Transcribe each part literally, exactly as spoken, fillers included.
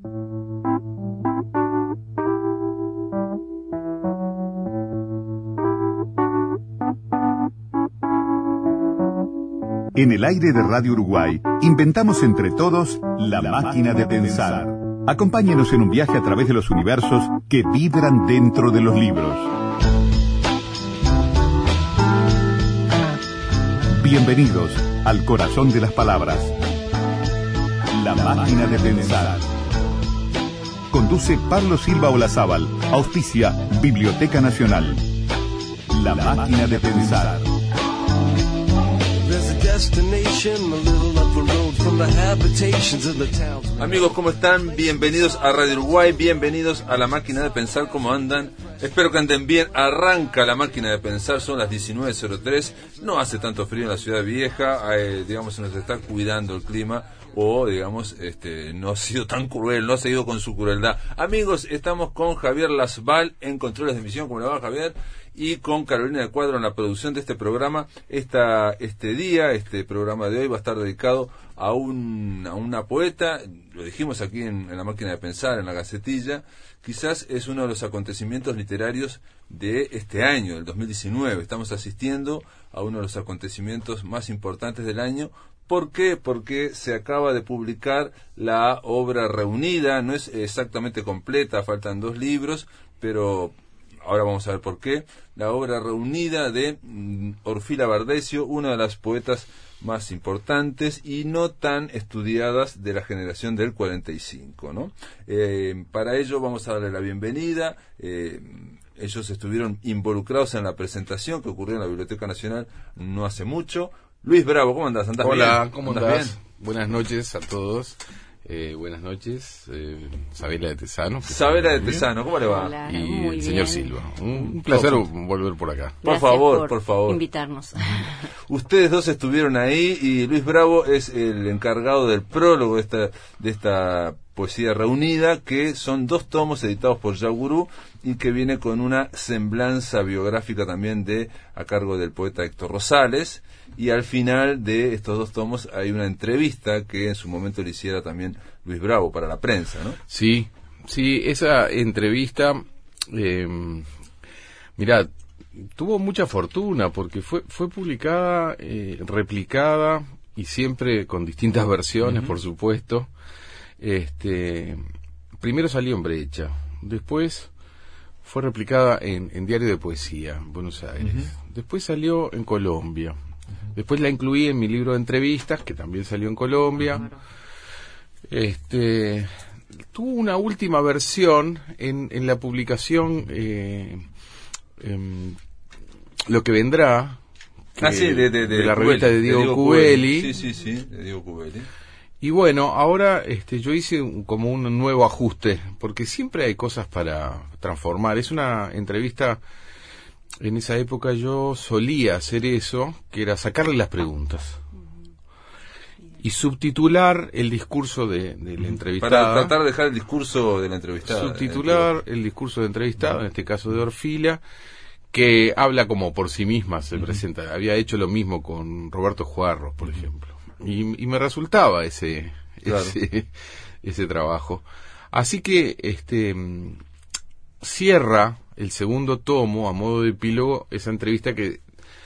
En el aire de Radio Uruguay, inventamos entre todos la máquina de pensar. Acompáñenos en un viaje a través de los universos que vibran dentro de los libros. Bienvenidos al corazón de las palabras. La máquina de pensar. Conduce Pablo Silva Olazábal. Auspicia Biblioteca Nacional. La máquina de pensar. Amigos, ¿cómo están? Bienvenidos a Radio Uruguay, bienvenidos a La Máquina de Pensar. ¿Cómo andan? Espero que anden bien. Arranca La Máquina de Pensar, son las diecinueve cero tres. No hace tanto frío en la ciudad vieja, eh, digamos, se nos está cuidando el clima. O, digamos, este, no ha sido tan cruel, no ha seguido con su crueldad. Amigos, estamos con Javier Lasval en controles de emisión. ¿Cómo le va, Javier? Y con Carolina de Cuadro en la producción de este programa. Esta, este día, este programa de hoy va a estar dedicado a, un, a una poeta, lo dijimos aquí en, en La Máquina de Pensar, en la Gacetilla. Quizás es uno de los acontecimientos literarios de este año, del dos mil diecinueve. Estamos asistiendo a uno de los acontecimientos más importantes del año. ¿Por qué? Porque se acaba de publicar la obra reunida, no es exactamente completa, faltan dos libros, pero ahora vamos a ver por qué. La obra reunida de mm, Orfila Bardesio, una de las poetas más importantes y no tan estudiadas de la generación del cuarenta y cinco, ¿no? Eh, para ello vamos a darle la bienvenida. Eh, ellos estuvieron involucrados en la presentación que ocurrió en la Biblioteca Nacional no hace mucho. Luis Bravo, ¿cómo andás? ¿Andás Hola, bien? ¿cómo andás? Bien? Buenas noches a todos. Eh, buenas noches, eh, Sabela de Tesano. Sabela de Tesano, ¿cómo le va? Hola, y muy el señor bien. Silva. Un, un placer volver por acá. Por Gracias favor, por, por favor. invitarnos. Ustedes dos estuvieron ahí y Luis Bravo es el encargado del prólogo de esta, de esta poesía reunida, que son dos tomos editados por Yagurú y que viene con una semblanza biográfica también de a cargo del poeta Héctor Rosales. Y al final de estos dos tomos hay una entrevista que en su momento le hiciera también Luis Bravo para la prensa, ¿no? Sí, sí, esa entrevista, eh, mirá, tuvo mucha fortuna porque fue fue publicada, eh, replicada y siempre con distintas versiones, uh-huh. por supuesto. Este, primero salió en Brecha, después fue replicada en, en Diario de Poesía, en Buenos Aires. Uh-huh. Después salió en Colombia. Después la incluí en mi libro de entrevistas, que también salió en Colombia. Claro. Este, tuvo una última versión en, en la publicación eh, eh, Lo que vendrá, que, ah, sí, de, de, de, de la Cubeli, revista de Diego, de Diego Cubeli. Sí, sí, sí, de Diego Cubeli. Y bueno, ahora este, yo hice un, como un nuevo ajuste, porque siempre hay cosas para transformar. Es una entrevista. En esa época yo solía hacer eso, que era sacarle las preguntas y subtitular el discurso de, de la entrevistada. Para tratar de dejar el discurso de la entrevistada. Subtitular el discurso de entrevistada, en este caso de Orfila, que habla como por sí misma, se uh-huh. presenta. Había hecho lo mismo con Roberto Juarros, por ejemplo. Y, y me resultaba ese, claro. ese, ese trabajo. Así que este cierra el segundo tomo, a modo de epílogo, esa entrevista que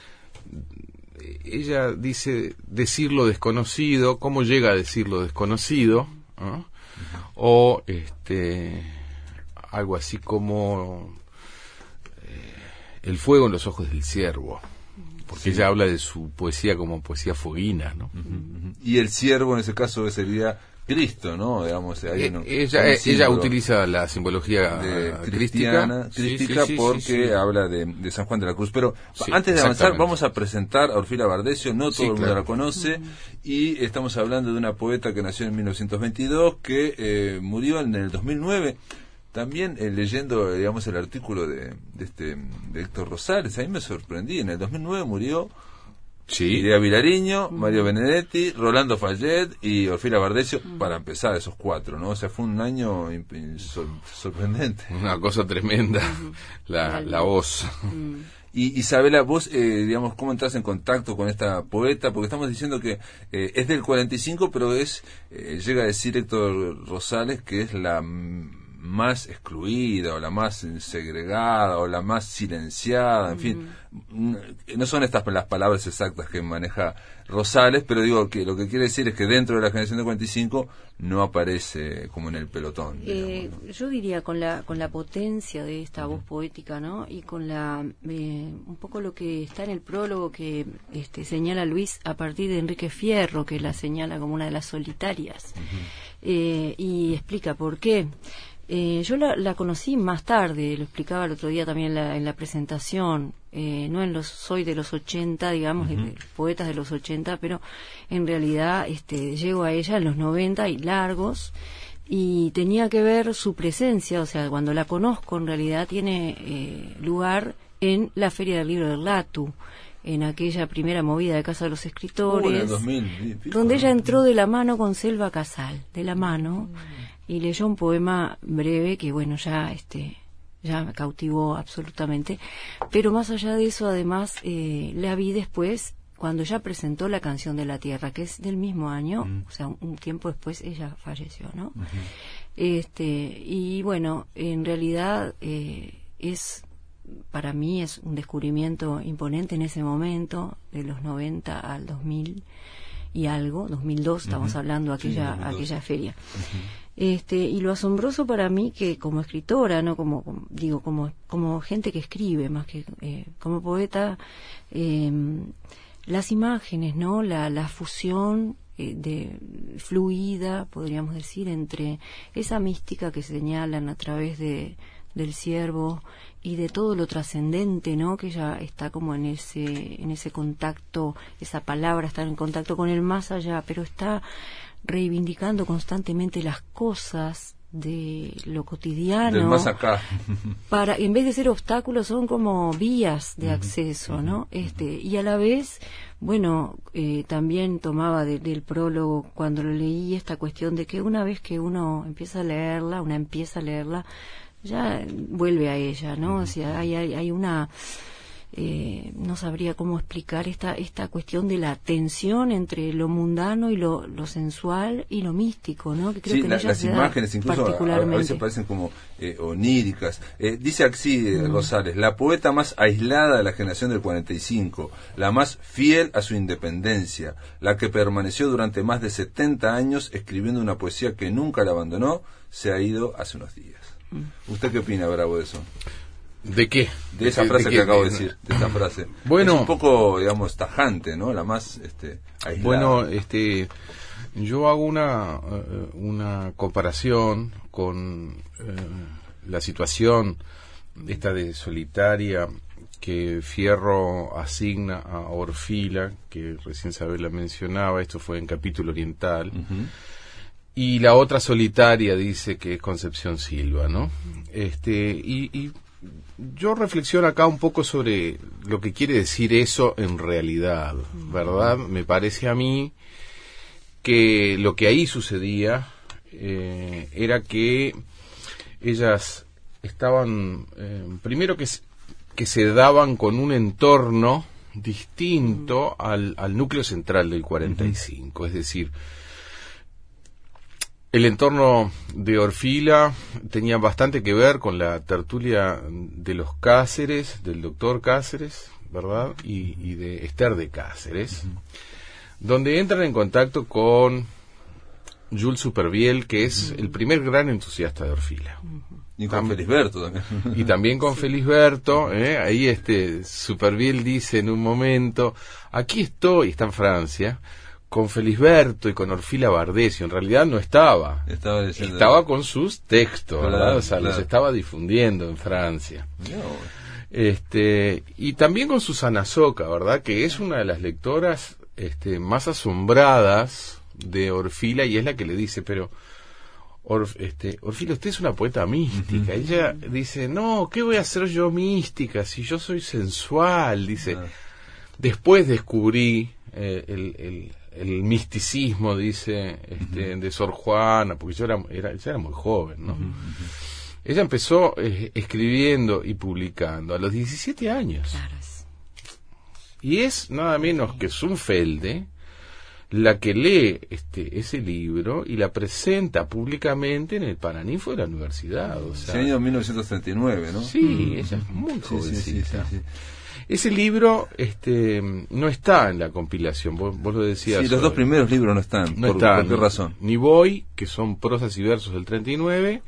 ella dice decir lo desconocido, cómo llega a decir lo desconocido, ¿no? Uh-huh. O este algo así como eh, el fuego en los ojos del ciervo, porque sí. ella habla de su poesía como poesía foguina, ¿no? Uh-huh, uh-huh. Y el ciervo en ese caso sería Cristo, ¿no? Digamos, ahí eh, no, ella ella utiliza la simbología de cristiana, crística sí, sí, porque sí, sí. habla de, de San Juan de la Cruz. Pero sí, antes de avanzar, vamos a presentar a Orfila Bardesio. No todo sí, el mundo claro. la conoce. Uh-huh. Y estamos hablando de una poeta que nació en mil novecientos veintidós, que eh, murió en el dos mil nueve. También eh, leyendo, digamos, el artículo de, de, este, de Héctor Rosales, ahí me sorprendí. En el dos mil nueve murió Sí. Idea Vilariño, uh-huh. Mario Benedetti, Rolando Fayet y Orfila Bardesio, uh-huh. para empezar, esos cuatro, ¿no? O sea, fue un año imp- sor- sorprendente. Una cosa tremenda, uh-huh. la, la voz. Uh-huh. Y Isabela, vos, eh, digamos, ¿cómo entras en contacto con esta poeta? Porque estamos diciendo que eh, es del cuarenta y cinco, pero es eh, llega a decir Héctor Rosales que es la más excluida, o la más segregada, o la más silenciada, en mm. fin. No son estas las palabras exactas que maneja Rosales, pero digo que lo que quiere decir es que dentro de la generación de cuarenta y cinco no aparece como en el pelotón. Eh, digamos, ¿no? Yo diría con la con la potencia de esta uh-huh. voz poética, ¿no? Y con la eh, un poco lo que está en el prólogo que este, señala Luis a partir de Enrique Fierro, que la señala como una de las solitarias, uh-huh. eh, y explica por qué. Eh, yo la, la conocí más tarde, lo explicaba el otro día también en la, en la presentación, eh, no en los soy de los ochenta, digamos, uh-huh. de, de poetas de los ochenta, pero en realidad este, llego a ella en los noventa y largos, y tenía que ver su presencia, o sea, cuando la conozco en realidad tiene eh, lugar en la Feria del Libro del Latu, en aquella primera movida de Casa de los Escritores, uh, en el dos mil, pico, donde ¿no? ella entró de la mano con Selva Casal, de la mano, y leyó un poema breve que, bueno, ya este ya me cautivó absolutamente. Pero más allá de eso, además, eh, la vi después, cuando ya presentó La Canción de la Tierra, que es del mismo año, uh-huh. o sea, un, un tiempo después ella falleció, ¿no? Uh-huh. Este, y bueno, en realidad eh, es... para mí es un descubrimiento imponente en ese momento, de los noventa al dos mil y algo, dos mil dos, estamos uh-huh. hablando aquella sí, aquella feria. Uh-huh. Este, y lo asombroso para mí que como escritora, no como, como digo, como como gente que escribe, más que eh, como poeta, eh, las imágenes, ¿no? La la fusión eh, de fluida, podríamos decir, entre esa mística que señalan a través de del ciervo y de todo lo trascendente, ¿no? Que ella está como en ese en ese contacto, esa palabra está en contacto con el más allá, pero está reivindicando constantemente las cosas de lo cotidiano. Del más acá. Para, en vez de ser obstáculos, son como vías de acceso, ¿no? Este, y a la vez, bueno, eh, también tomaba de, del prólogo, cuando lo leí, esta cuestión de que una vez que uno empieza a leerla, una empieza a leerla, ya vuelve a ella, ¿no? O sea, hay, hay, hay una... Eh, no sabría cómo explicar esta esta cuestión de la tensión entre lo mundano y lo, lo sensual y lo místico, ¿no? Que creo sí, que la, ella las se imágenes da incluso a, a veces parecen como eh, oníricas. Eh, dice así eh, mm. Rosales, la poeta más aislada de la generación del cuarenta y cinco, la más fiel a su independencia, la que permaneció durante más de setenta años escribiendo una poesía que nunca la abandonó, se ha ido hace unos días. Mm. ¿Usted qué opina, Bravo, de eso? ¿De qué? De esa ¿De, frase de que qué? acabo de decir, de esa frase. Bueno, es un poco, digamos, tajante, ¿no? La más este, aislada. Bueno, este, yo hago una, uh, una comparación con uh, la situación esta de solitaria que Fierro asigna a Orfila, que recién Isabel la mencionaba, esto fue en Capítulo Oriental, uh-huh. y la otra solitaria dice que es Concepción Silva, ¿no? Este, y... y yo reflexiono acá un poco sobre lo que quiere decir eso en realidad, ¿verdad? Me parece a mí que lo que ahí sucedía eh, era que ellas estaban, eh, primero que, que se daban con un entorno distinto al, al núcleo central del cuarenta y cinco, uh-huh. es decir, el entorno de Orfila tenía bastante que ver con la tertulia de los Cáceres, del doctor Cáceres, ¿verdad? Y, y de Esther de Cáceres, uh-huh. donde entran en contacto con Jules Supervielle, que es uh-huh. el primer gran entusiasta de Orfila. Uh-huh. Y con Felisberto también. Y también con sí. Felisberto, ¿eh? Ahí este Supervielle dice en un momento, aquí estoy, está en Francia, con Felisberto y con Orfila Bardesio. En realidad no estaba. Estaba, diciendo... estaba con sus textos, claro, ¿verdad? O sea, claro. los estaba difundiendo en Francia. No. Este, y también con Susana Soca, ¿verdad? Que es una de las lectoras este, más asombradas de Orfila, y es la que le dice, pero Orf, este, Orfila, usted es una poeta mística. Uh-huh. Ella dice, no, ¿qué voy a hacer yo mística si yo soy sensual? Dice, uh-huh. después descubrí eh, el, el el misticismo, dice, este, uh-huh. de Sor Juana, porque yo era, era, yo era muy joven, ¿no? Uh-huh. Ella empezó eh, escribiendo y publicando a los diecisiete años. Claro, es... Y es nada menos que Zunfelde la que lee este ese libro y la presenta públicamente en el Paraninfo de la universidad. O sea, el año mil novecientos treinta y nueve, ¿no? Sí, mm. ella es muy sí, jovencita. Sí, sí, sí, sí. Ese libro este no está en la compilación, vos, vos lo decías. Sí, los dos primeros libros no están. No ¿Por, están, ¿por qué ni, razón? Ni Voy, que son prosas y versos del treinta y nueve,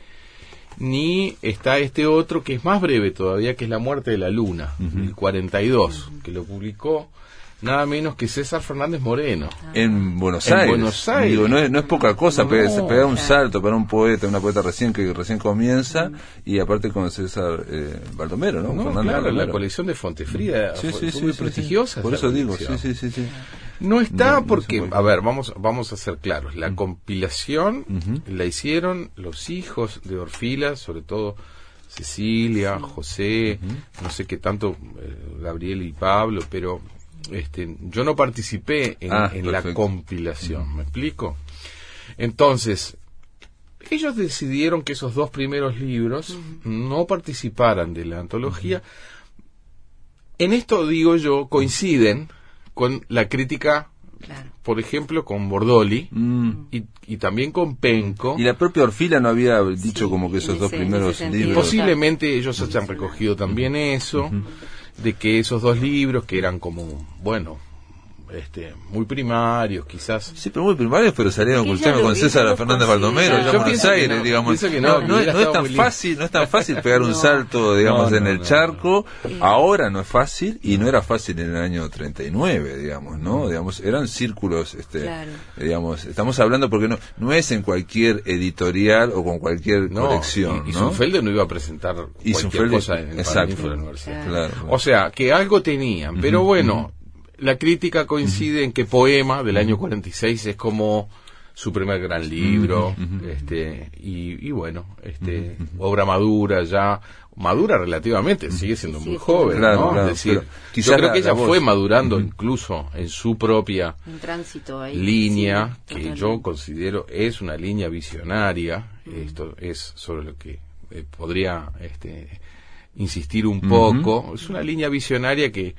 ni está este otro que es más breve todavía, que es La muerte de la luna, uh-huh. del cuarenta y dos, uh-huh. que lo publicó nada menos que César Fernández Moreno. En Buenos en Aires. Buenos Aires. Digo, no es, no es poca cosa, no, pe- se pega un claro. salto para un poeta, una poeta recién que recién comienza, mm. y aparte con César eh, Baldomero, ¿no? No, Fernando claro, Baldomero. la colección de Fontefrida sí, fue, sí, fue sí, muy sí, prestigiosa. Sí. Por eso digo, sí, sí, sí, sí. No está no, porque, no a ver, vamos vamos a ser claros, la mm. compilación uh-huh. la hicieron los hijos de Orfila, sobre todo Cecilia, sí. José, uh-huh. no sé qué tanto, eh, Gabriel y Pablo, pero... Este, yo no participé en, ah, en la compilación, uh-huh. ¿me explico? Entonces, ellos decidieron que esos dos primeros libros uh-huh. no participaran de la antología. Uh-huh. En esto, digo yo, coinciden con la crítica, claro. por ejemplo, con Bordoli mm. y, y también con Penco. Y la propia Orfila no había dicho sí, como que esos ese, dos primeros libros. Posiblemente ellos uh-huh. hayan recogido también eso. Uh-huh. De que esos dos libros que eran como, bueno, este, muy primarios, quizás. Sí, pero muy primarios, pero salieron escuchando con César Fernández Baldomero, ya en Buenos Aires, no, digamos. Que no, no, no, es, no es tan fácil, no es tan fácil pegar no. un salto, digamos, no, no, en el no, charco. No. Ahora no es fácil, y no era fácil en el año treinta y nueve, digamos, ¿no? Digamos, eran círculos, este, claro. digamos, estamos hablando porque no, no es en cualquier editorial o con cualquier no, colección, y, y ¿no? Zunfelde no iba a presentar y cualquier Zunfelde, cosa en el Paraninfo de la universidad. Claro. O sea, que algo tenían, pero uh-huh, bueno, uh-huh. la crítica coincide uh-huh. en que Poema del año cuarenta y seis es como su primer gran libro, uh-huh. este y, y bueno, este uh-huh. obra madura ya, madura relativamente, uh-huh. sigue siendo sí, muy sí, joven, claro, ¿no? Claro, es decir, yo creo que ella fue voz. madurando uh-huh. incluso en su propia en tránsito ahí, línea, sí, que yo considero es una línea visionaria, uh-huh. esto es sobre lo que eh, podría este insistir un poco, uh-huh. es una línea visionaria que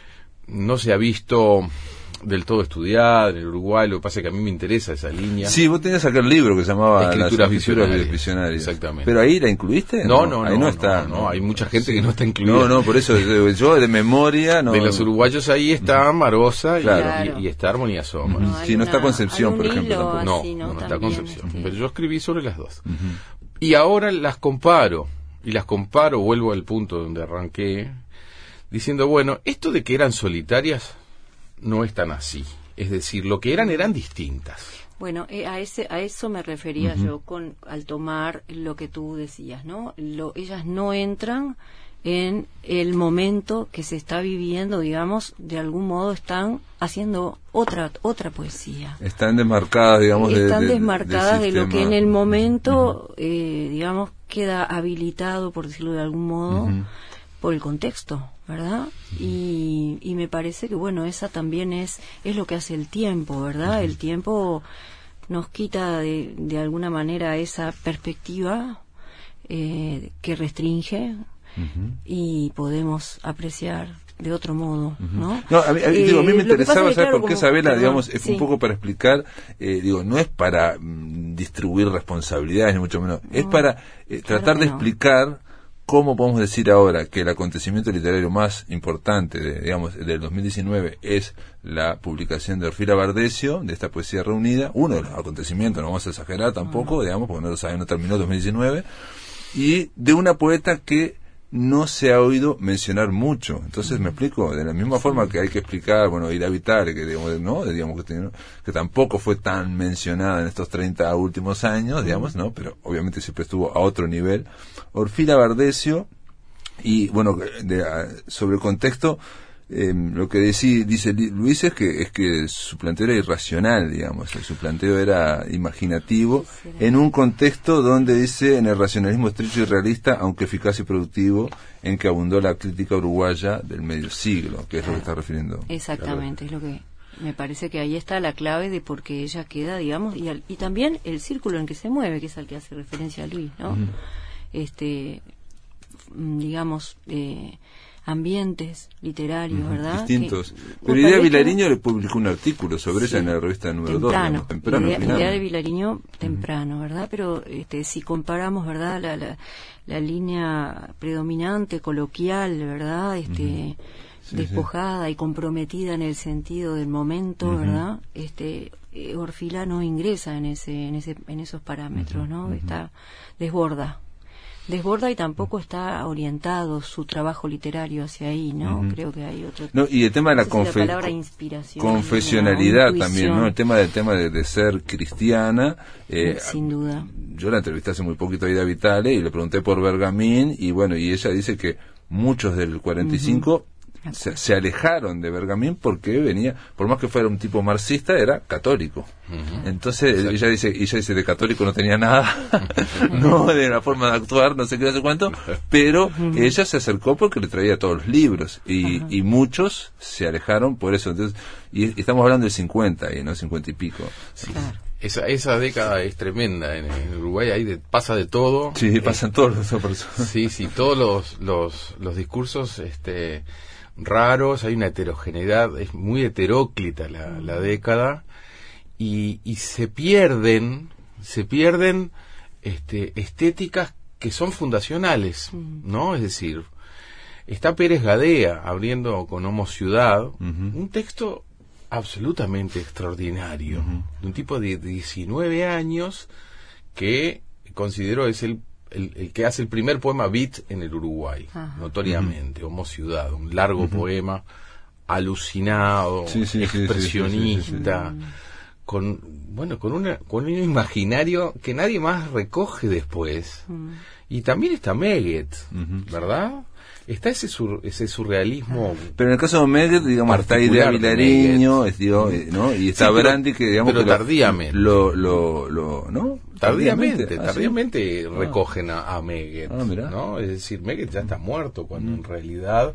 no se ha visto del todo estudiada en el Uruguay. Lo que pasa es que a mí me interesa esa línea. Sí, vos tenías aquel libro que se llamaba Escrituras, Las Escrituras Visionarias. Visionarias. Exactamente. ¿Pero ahí la incluiste? No, no, no. Ahí no, no está. No, no, hay mucha gente sí. que no está incluida. No, no, por eso yo de memoria... No, de los uruguayos ahí está Marosa y, claro. y, y está Armonía Soma. Uh-huh. Sí, no una, está Concepción, por ejemplo. Tampoco. No, así, no, no también, está Concepción. este... Pero yo escribí sobre las dos. Uh-huh. Y ahora las comparo. Y las comparo, vuelvo al punto donde arranqué, diciendo, bueno, esto de que eran solitarias no es tan así. Es decir, lo que eran eran distintas. Bueno, eh, a ese a eso me refería uh-huh. yo con al tomar lo que tú decías, ¿no? Lo, ellas no entran en el momento que se está viviendo, digamos, de algún modo están haciendo otra otra poesía. Están desmarcadas, digamos, están de, de, desmarcadas de lo que en el momento, uh-huh. eh, digamos, queda habilitado, por decirlo de algún modo, uh-huh. por el contexto, ¿verdad? Y, y me parece que, bueno, esa también es es lo que hace el tiempo, ¿verdad? Uh-huh. El tiempo nos quita de, de alguna manera esa perspectiva eh, que restringe uh-huh. y podemos apreciar de otro modo, ¿no? Uh-huh. No, a mí, a mí, eh, digo, a mí me interesaba, ¿sabes claro, por qué, como, Isabela? Perdón, Digamos, es sí. un poco para explicar, eh, digo, no es para mm, distribuir responsabilidades, ni mucho menos, no, es para eh, tratar de no. explicar cómo podemos decir ahora que el acontecimiento literario más importante, de, digamos, del dos mil diecinueve es la publicación de Orfila Bardesio, de esta poesía reunida, uno de los acontecimientos, no vamos a exagerar tampoco, uh-huh. digamos, porque no lo sabemos, no terminó dos mil diecinueve, y de una poeta que no se ha oído mencionar mucho. Entonces, ¿me explico? De la misma forma que hay que explicar, bueno, Ira Vitale, que digamos, no, digamos que, ¿no? que tampoco fue tan mencionada en estos treinta últimos años, digamos, ¿no? Pero obviamente siempre estuvo a otro nivel. Orfila Bardesio, y bueno, de, sobre el contexto, eh, lo que decí, dice Luis es que es que su planteo era irracional, digamos, su planteo era imaginativo, en un contexto donde dice, en el racionalismo estricto y realista, aunque eficaz y productivo, en que abundó la crítica uruguaya del medio siglo, que es lo que está refiriendo. Exactamente, es lo que me parece que ahí está la clave de por qué ella queda, digamos, y, al, y también el círculo en que se mueve, que es al que hace referencia Luis, ¿no? Uh-huh. este, digamos, eh, ambientes literarios, uh-huh, ¿verdad? Distintos. Que, pero Idea Vilariño le publicó un artículo sobre sí, ella en la revista número temprano, dos. Temprano. Idea, Idea de Vilariño temprano, uh-huh, ¿verdad? Pero este, si comparamos, ¿verdad? La, la, la línea predominante, coloquial, ¿verdad? Este, uh-huh, sí, despojada sí, y comprometida en el sentido del momento, uh-huh, ¿verdad? Este, Orfila no ingresa en ese, en ese, en esos parámetros, ¿no? Uh-huh. Está, desborda. Desborda y tampoco está orientado su trabajo literario hacia ahí, ¿no? Uh-huh. Creo que hay otro. No, y el tema de la, no confe- la palabra inspiración, confesionalidad también, ¿no? El tema del tema de, de ser cristiana. Eh, Sin duda. Yo la entrevisté hace muy poquito a Ida Vitale y le pregunté por Bergamín y bueno, y ella dice que muchos del cuarenta y cinco uh-huh. Se, se alejaron de Bergamín porque venía, por más que fuera un tipo marxista, era católico. Uh-huh. Entonces exacto, ella dice, ella dice de católico no tenía nada, no de la forma de actuar, no sé qué, no sé cuánto, pero uh-huh, ella se acercó porque le traía todos los libros y, uh-huh, y muchos se alejaron por eso. Entonces, y, y estamos hablando del cincuenta y no cincuenta y pico. Sí. Claro. Esa, esa década es tremenda en, en Uruguay, ahí de, pasa de todo. Sí, eh, pasan todos los personas. Sí, sí, todos los, los, los discursos, este, raros, hay una heterogeneidad, es muy heteróclita la, la década y, y se pierden, se pierden este, estéticas que son fundacionales, ¿no? Es decir, está Pérez Gadea abriendo con Homo Ciudad, uh-huh, un texto absolutamente extraordinario, uh-huh, de un tipo de diecinueve años que considero es el El, el que hace el primer poema beat en el Uruguay, ajá, notoriamente, uh-huh, Homo Ciudad, un largo, uh-huh, poema alucinado, sí, sí, expresionista, sí, sí, sí, sí, con bueno, con una con un imaginario que nadie más recoge después. Uh-huh. Y también está Meguet, uh-huh, ¿verdad? Está ese sur, ese surrealismo. Pero en el caso de Meguet, digamos, está Idea Vilariño, es, digo, ¿no? Y está sí, pero, Brandi que digamos pero que tardíamente. Lo, lo, lo, ¿no? Tardíamente, tardíamente, tardíamente ¿Ah, recogen a, a Meguet, ah, ¿no? Es decir, Meguet ya está muerto cuando mm. en realidad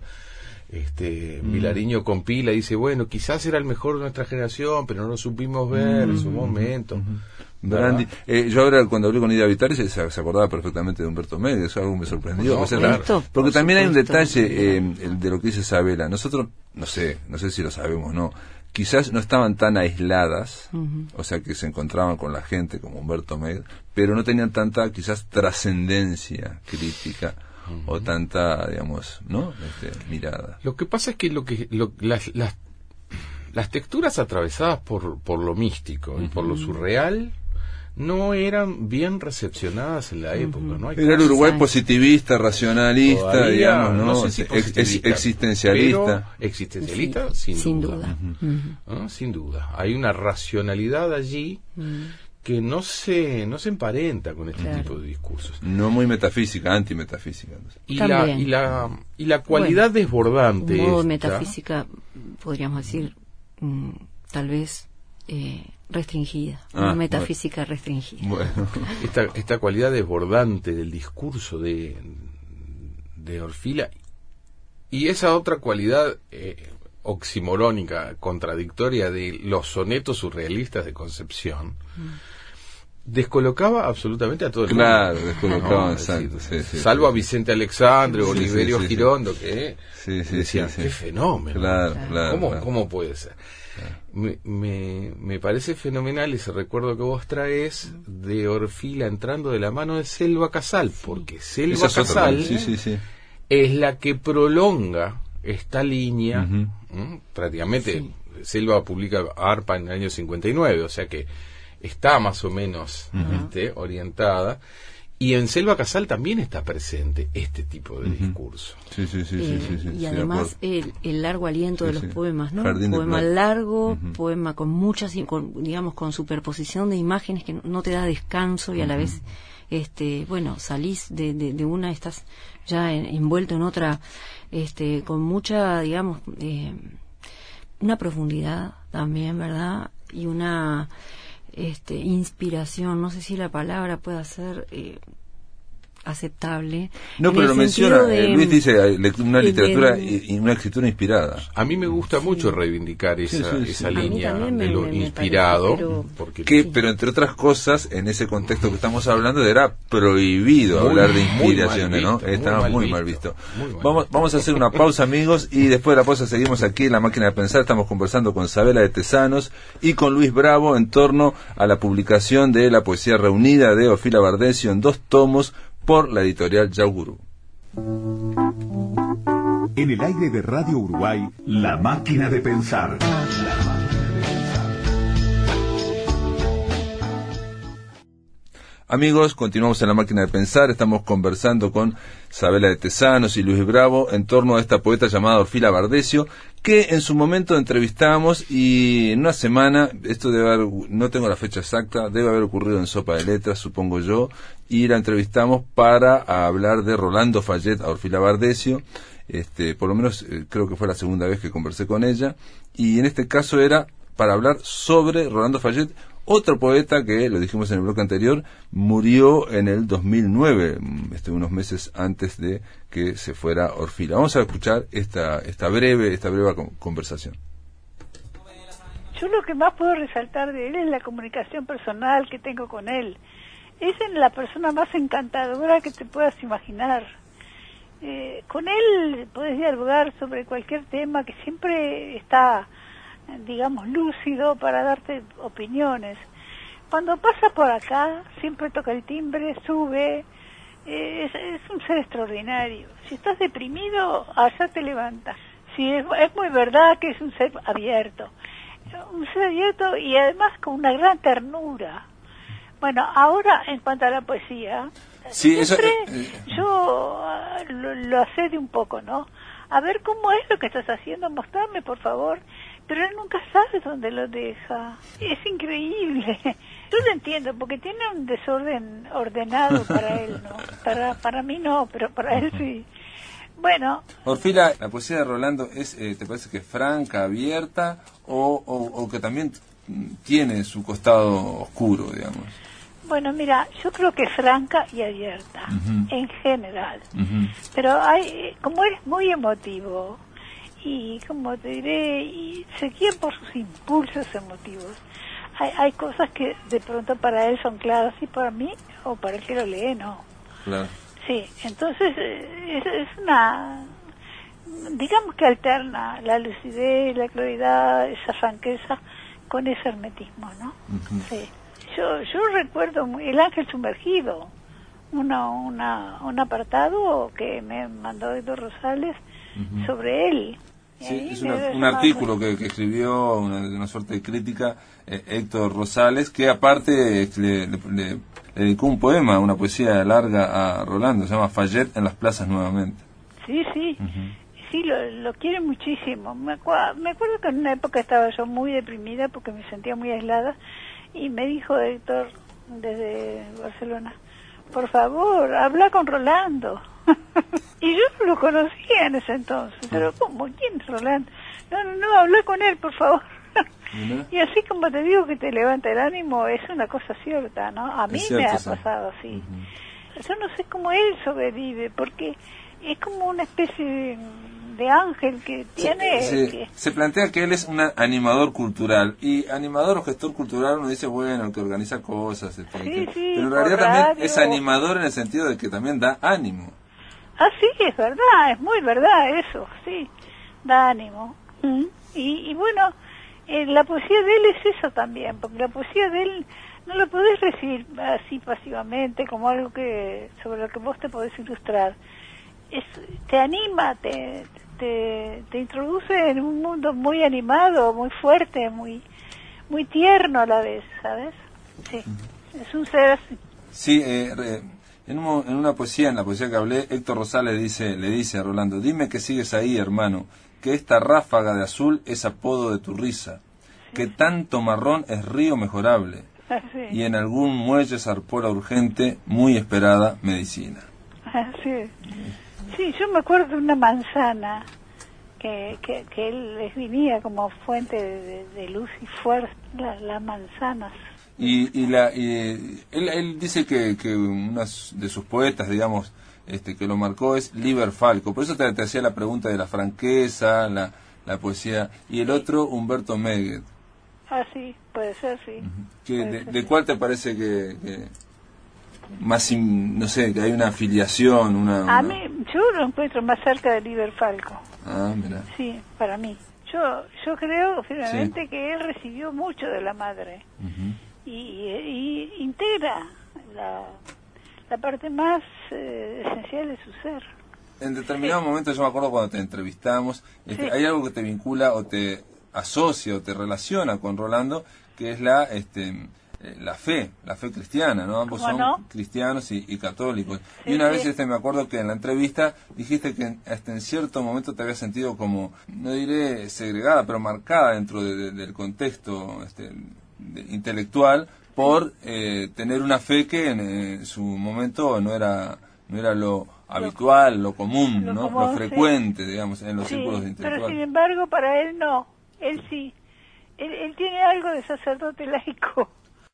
este mm. Vilariño compila y dice, bueno, quizás era el mejor de nuestra generación, pero no lo supimos ver mm. en su momento. Mm-hmm. Brandi, eh, yo ahora cuando hablé con Ida Vitale se, se acordaba perfectamente de Humberto Meguet, eso algo me sorprendió, no, pues, claro, claro. Porque también hay un detalle eh, de lo que dice Isabela. Nosotros, no sé, no sé si lo sabemos, no. Quizás no estaban tan aisladas, uh-huh, o sea que se encontraban con la gente como Humberto Meguet, pero no tenían tanta quizás trascendencia crítica uh-huh, o tanta, digamos, ¿no? Este, mirada. Lo que pasa es que lo que lo, las, las las texturas atravesadas por por lo místico uh-huh, y por lo surreal no eran bien recepcionadas en la época, uh-huh, ¿no? Hay Era el Uruguay años. Positivista, racionalista, Todavía, digamos, ¿no? no sé si positivista, Ex, existencialista. Existencialista, sí, sin, sin duda. duda. Uh-huh. ¿No? Sin duda. Hay una racionalidad allí uh-huh, que no se no se emparenta con este claro, tipo de discursos. No muy metafísica, antimetafísica. Y la, y la y la cualidad bueno, desbordante. Un modo esta, metafísica, podríamos decir, mmm, tal vez eh, restringida, ah, una metafísica bueno. restringida. Bueno. Esta, esta cualidad desbordante del discurso de, de Orfila y esa otra cualidad eh, oximorónica, contradictoria de los sonetos surrealistas de Concepción, mm. descolocaba absolutamente a todo el claro, mundo. Claro, descolocaba, no, exacto. Sí, sí, salvo sí, a Vicente Alexandre o sí, Oliverio sí, sí, Girondo, que sí, sí, decían, sí, sí. qué fenómeno. Claro, claro, ¿Cómo, claro. ¿Cómo puede ser? Claro. Me, me, me parece fenomenal ese recuerdo que vos traes de Orfila entrando de la mano de Selva Casal, porque Selva Esa Casal es, sí, sí, sí. es la que prolonga esta línea, uh-huh, ¿m? prácticamente sí. Selva publica Arpa en el año cincuenta y nueve, o sea que está más o menos uh-huh, este, orientada. Y en Selva Casal también está presente este tipo de uh-huh, discurso. Sí, sí, sí, eh, sí, sí, sí, y además el, el largo aliento sí, de los sí. poemas, ¿no? Jardín Poema largo, uh-huh, poema con muchas, con, digamos, con superposición de imágenes que no te da descanso y a la uh-huh, vez, este, bueno, salís de, de, de una, estás ya en, envuelto en otra, este, con mucha, digamos, eh, una profundidad también, ¿verdad? Y una este inspiración, no sé si la palabra pueda ser eh, aceptable. No, pero lo menciona, de, Luis dice una literatura de, y una escritura inspirada. A mí me gusta sí. mucho reivindicar esa, sí, sí, esa sí. línea de me, lo me, inspirado. Me parece, pero... Porque que, pero entre otras cosas, en ese contexto que estamos hablando, era prohibido muy, hablar de inspiraciones, ¿no? Visto, Estaba muy, muy mal visto. Muy mal vamos, vamos a hacer una pausa, amigos, y después de la pausa seguimos aquí en La Máquina de Pensar. Estamos conversando con Sabela de Tesanos y con Luis Bravo en torno a la publicación de la poesía reunida de Orfila Bardesio en dos tomos por la editorial Yaugurú. En el aire de Radio Uruguay, La Máquina de Pensar. Amigos, continuamos en La Máquina de Pensar. Estamos conversando con Sabela de Tesanos y Luis Bravo en torno a esta poeta llamada Orfila Bardesio, que en su momento entrevistamos, y en una semana, esto debe haber, no tengo la fecha exacta, debe haber ocurrido en Sopa de Letras, supongo yo, y la entrevistamos para hablar de Rolando Fayet a Orfila Bardesio. Este, por lo menos eh, creo que fue la segunda vez que conversé con ella, y en este caso era para hablar sobre Rolando Fayet, otro poeta que, lo dijimos en el bloque anterior, murió en el dos mil nueve, este, unos meses antes de que se fuera Orfila. Vamos a escuchar esta esta breve esta breve conversación. Yo lo que más puedo resaltar de él es la comunicación personal que tengo con él. Es la persona más encantadora que te puedas imaginar. Eh, con él puedes dialogar sobre cualquier tema, que siempre está, digamos, lúcido para darte opiniones. Cuando pasa por acá, siempre toca el timbre, sube, eh, es, es un ser extraordinario. Si estás deprimido, allá te levantas. Sí, es, es muy verdad que es un ser abierto, un ser abierto y además con una gran ternura. Bueno, ahora en cuanto a la poesía, sí, siempre eso, eh, yo uh, lo, lo asedio un poco, ¿no? A ver cómo es lo que estás haciendo, mostrarme, por favor. Pero él nunca sabe dónde lo deja. Es increíble. Yo lo entiendo, porque tiene un desorden ordenado para él, ¿no? Para para mí no, pero para él sí. Bueno. Orfila, la poesía de Rolando, es, eh, ¿te parece que es franca, abierta, o, o, o que también tiene su costado oscuro, digamos? Bueno, mira, yo creo que es franca y abierta, uh-huh. en general. Uh-huh. Pero hay, como él es muy emotivo, y como te diré, y se guía por sus impulsos emotivos, hay, hay cosas que de pronto para él son claras y para mí, o para el que lo lee, no. Claro. Sí, entonces es, es una, digamos que alterna la lucidez, la claridad, esa franqueza con ese hermetismo, ¿no? Uh-huh. Sí. Yo, yo recuerdo El Ángel Sumergido, una, una, un apartado que me mandó Héctor Rosales uh-huh. sobre él. Sí, es una, un artículo que, que escribió, una, una suerte de crítica, eh, Héctor Rosales, que aparte le, le, le, le dedicó un poema, una poesía larga a Rolando, se llama Fayet en las plazas nuevamente. Sí, sí, uh-huh. sí, lo, lo quiere muchísimo. Me, acu- me acuerdo que en una época estaba yo muy deprimida porque me sentía muy aislada, y me dijo Héctor desde Barcelona, por favor, habla con Rolando. Y yo no lo conocía en ese entonces, pero ¿cómo? ¿Quién es Rolando? No, no, no, habla con él, por favor. ¿No? Y así como te digo que te levanta el ánimo, es una cosa cierta, ¿no? A mí cierto, me ha pasado así. Uh-huh. Yo no sé cómo él sobrevive, porque es como una especie de, de ángel que tiene... Se, se, que... se plantea que él es un animador cultural, y animador o gestor cultural uno dice, bueno, el que organiza cosas, este, sí, que, sí, pero en realidad radio. También es animador en el sentido de que también da ánimo. Ah, sí, es verdad, es muy verdad eso, sí, da ánimo. ¿Mm? Y, y bueno, eh, la poesía de él es eso también, porque la poesía de él no la podés recibir así pasivamente como algo que sobre lo que vos te podés ilustrar. Es, te anima, te, te, te introduce en un mundo muy animado, muy fuerte, muy muy tierno a la vez, ¿sabes? Sí, es un ser así. Sí, eh, re, en, un, en una poesía, en la poesía que hablé, Héctor Rosales dice, le dice a Rolando, dime que sigues ahí, hermano, que esta ráfaga de azul es apodo de tu risa, sí. Que tanto marrón es río mejorable, sí. Y en algún muelle zarpó la urgente, muy esperada medicina. Sí. Sí, yo me acuerdo de una manzana que, que, que él les venía como fuente de, de luz y fuerza, la, las manzanas. Y, y, la, y él, él dice que, que una de sus poetas, digamos, este que lo marcó es Liber Falco. Por eso te, te hacía la pregunta de la franqueza, la, la poesía. Y el otro, Humberto Meguet. Ah, sí, puede ser, sí. ¿Qué, puede de, ser, ¿De sí. cuál te parece que, que más, in, no sé, que hay una afiliación? Una, una... A mí, yo lo encuentro más cerca de Liber Falco. Ah, mira. Sí, para mí. Yo yo creo firmemente Sí. que él recibió mucho de la madre. Uh-huh. y, y, y integra la, la parte más eh, esencial de su ser. En determinado sí. momento, yo me acuerdo cuando te entrevistamos, este, sí. hay algo que te vincula o te asocia o te relaciona con Rolando, que es la este la fe, la fe cristiana, ¿no? Ambos son no? cristianos y, y católicos. Sí, y una sí. vez este me acuerdo que en la entrevista dijiste que hasta en cierto momento te habías sentido como, no diré segregada, pero marcada dentro de, de, del contexto este, de, intelectual por eh, tener una fe que en, en su momento no era no era lo habitual, lo común, lo, ¿no? común, lo frecuente, sí. digamos, en los sí, círculos intelectuales. Pero sin embargo, para él no, él sí. Él, él tiene algo de sacerdote laico.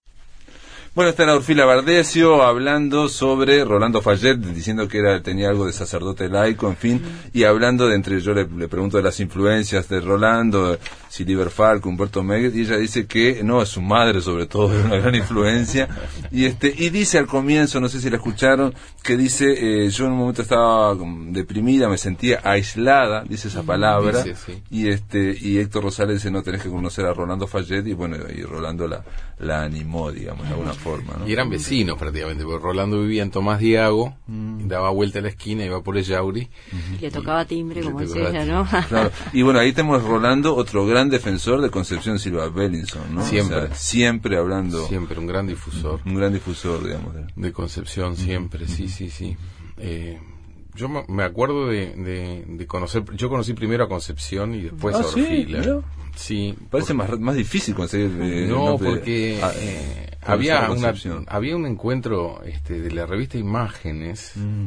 Bueno, está la Orfila Bardesio hablando sobre Rolando Fayet, diciendo que era tenía algo de sacerdote laico, en fin, y hablando de entre, yo le, le pregunto de las influencias de Rolando, si Liber Falco, Humberto Meguet, y ella dice que no, es su madre sobre todo, es una gran influencia, y este y dice al comienzo, no sé si la escucharon, que dice, eh, yo en un momento estaba deprimida, me sentía aislada, dice esa palabra, dice, sí. y este y Héctor Rosales dice, no, tenés que conocer a Rolando Fayet, y bueno, y Rolando la, la animó, digamos, de alguna forma, ¿no? Y eran vecinos prácticamente, porque Rolando vivía en Tomás Diago, mm. daba vuelta a la esquina, iba por Ellauri. Y le tocaba timbre, y como le dice ella, ¿no? Claro. Y bueno, ahí tenemos Rolando, otro gran defensor de Concepción Silva Bellinson, ¿no? Siempre. O sea, siempre hablando. Siempre, un gran difusor. Un gran difusor, digamos. De, de Concepción, siempre, sí, sí, sí. Eh, yo me acuerdo de, de, de conocer, yo conocí primero a Concepción y después ah, a Orfila. ¿sí? Sí, parece porque, más más difícil conseguir. Eh, no, nombre, porque ah, eh, había una, había un encuentro este, de la revista Imágenes mm.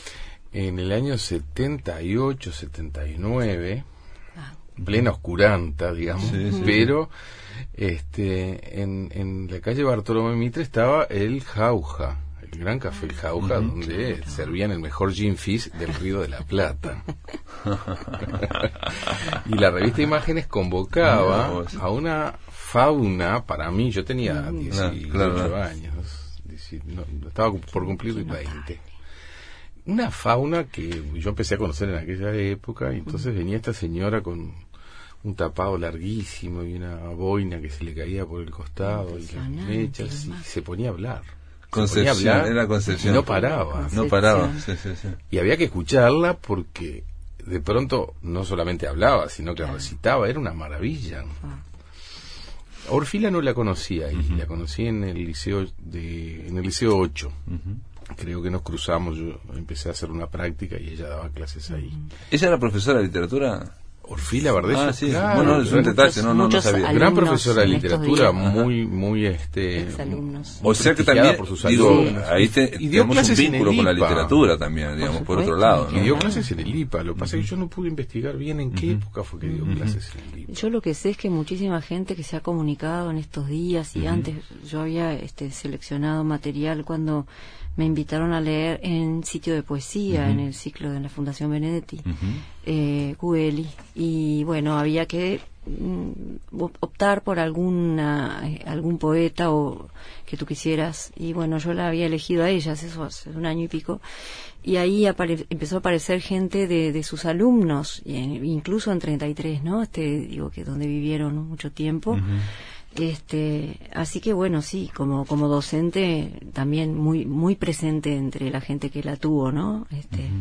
en el año setenta y ocho, setenta y nueve, ah. plena oscuranta, digamos, sí, sí, pero este, en, en la calle Bartolomé Mitre estaba el Jauja. El Gran Café El Jauja, uh-huh. donde claro. servían el mejor gin fizz del Río de la Plata. Y la revista Imágenes convocaba no, a una fauna, para mí, yo tenía dieciocho claro, claro. años, no, estaba por cumplir veinte. Una fauna que yo empecé a conocer en aquella época, y entonces venía esta señora con un tapado larguísimo y una boina que se le caía por el costado y las mechas, y se ponía a hablar. Concepción, hablar, era Concepción. No paraba. No paraba, sí, sí, sí. Y había que escucharla porque de pronto no solamente hablaba, sino que claro. recitaba, era una maravilla. Ah. Orfila no la conocía, y uh-huh. la conocí en el liceo de en el liceo ocho. Uh-huh. Creo que nos cruzamos, yo empecé a hacer una práctica y ella daba clases ahí. ¿Ella era profesora de literatura? Orfila Bardesio, ah, sí. claro, bueno, es un detalle, no, no, no sabía. Gran profesora de literatura, muy, muy, este, exalumnos. O sea que también, por sus digo, ahí te, tenemos un vínculo con la literatura también, digamos, por, por otro lado, ¿no? Y dio clases en el I P A, lo que pasa es que yo no pude investigar bien en qué uh-huh. época fue que dio uh-huh. clases en el I P A. Yo lo que sé es que muchísima gente que se ha comunicado en estos días, y uh-huh. antes yo había este seleccionado material cuando me invitaron a leer en Sitio de Poesía, uh-huh. en el ciclo de la Fundación Benedetti, uh-huh. eh, Cueli, y bueno, había que mm, optar por alguna eh, algún poeta o que tú quisieras, y bueno, yo la había elegido a ellas, eso hace un año y pico, y ahí apare- empezó a aparecer gente de, de sus alumnos, y en, incluso en treinta y tres, ¿no? Este, digo que donde vivieron mucho tiempo. Uh-huh. Este, así que bueno, sí, como como docente también muy muy presente entre la gente que la tuvo, ¿no? Este, uh-huh.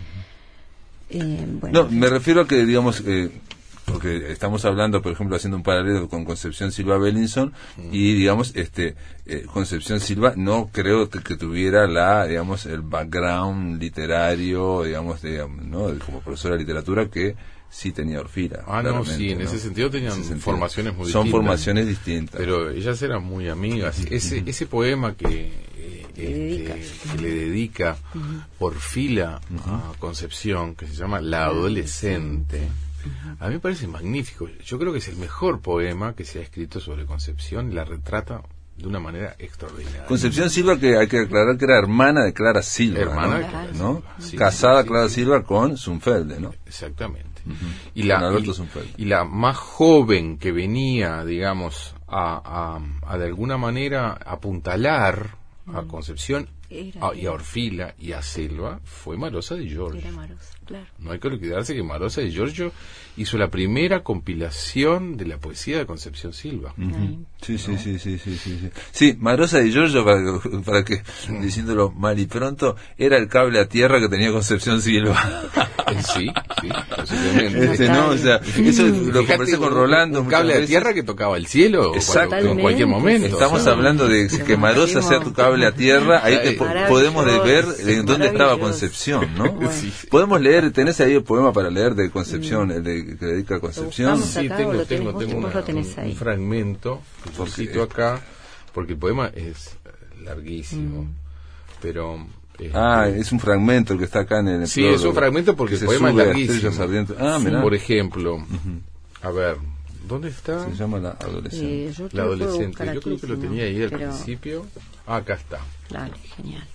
eh, bueno, no, me refiero a que, digamos, eh, porque estamos hablando, por ejemplo, haciendo un paralelo con Concepción Silva Bellinson, uh-huh. y digamos, este, eh, Concepción Silva no creo que, que tuviera la, digamos, el background literario, digamos, de, ¿no? como profesora de literatura que sí tenía Orfila. Ah, no, sí, en ¿no? ese sentido tenían ese sentido. formaciones muy Son distintas. Son formaciones distintas. Pero ellas eran muy amigas. Uh-huh. Ese ese poema que, eh, este, que le dedica uh-huh. Orfila uh-huh. a Concepción, que se llama La Adolescente, uh-huh. a mí me parece magnífico. Yo creo que es el mejor poema que se ha escrito sobre Concepción, y la retrata de una manera extraordinaria. Concepción Silva, que hay que aclarar que era hermana de Clara Silva, hermana ¿no? de Clara ¿no? Silva. Sí, Casada sí, Clara sí. Silva con Zunfelde, ¿no? Exactamente. Uh-huh. Y la, con Alberto y, Zunfelde. y la más joven que venía, digamos, a, a, a de alguna manera apuntalar a Concepción Era, a, y a Orfila y a Selva fue Marosa de Giorgio. Era Marosa, claro. No hay que olvidarse que Marosa de Giorgio hizo la primera compilación de la poesía de Concepción Silva. Uh-huh. Sí, sí, sí, sí, sí, sí, sí. Sí, Marosa de Giorgio, para que, para que diciéndolo mal y pronto, era el cable a tierra que tenía Concepción Silva. Sí, sí, posiblemente. Este, no, o sea, eso lo Fíjate, conversé con Rolando. Un cable muchas de veces. tierra que tocaba el cielo cuando, en cualquier momento. Estamos o sea, hablando de Pero que Marosa sea tu cable a tierra, ahí te po- podemos de ver de dónde estaba Concepción, ¿no? Bueno. Sí. Podemos leer, tenés ahí el poema para leer de Concepción, el de, que dedica a Concepción. Lo buscamos. Sí, acá, tengo, o lo tengo, tenés vos, tengo vos una- lo tenés un, ahí. un fragmento que yo Porque- cito acá, porque el poema es larguísimo, Mm. pero... este, Ah, es un fragmento el que está acá en el sí, es un prólogo, fragmento porque que el se poema es sube a larguísimo. Estrellas Ardientes. Ah, mirá. Por ejemplo, a ver, ¿dónde está? Se llama La Adolescente. Eh, yo te La lo puedo adolescente. buscar Yo aquí, creo que lo si no, tenía ahí al pero- principio. Ah, acá está. Dale, genial.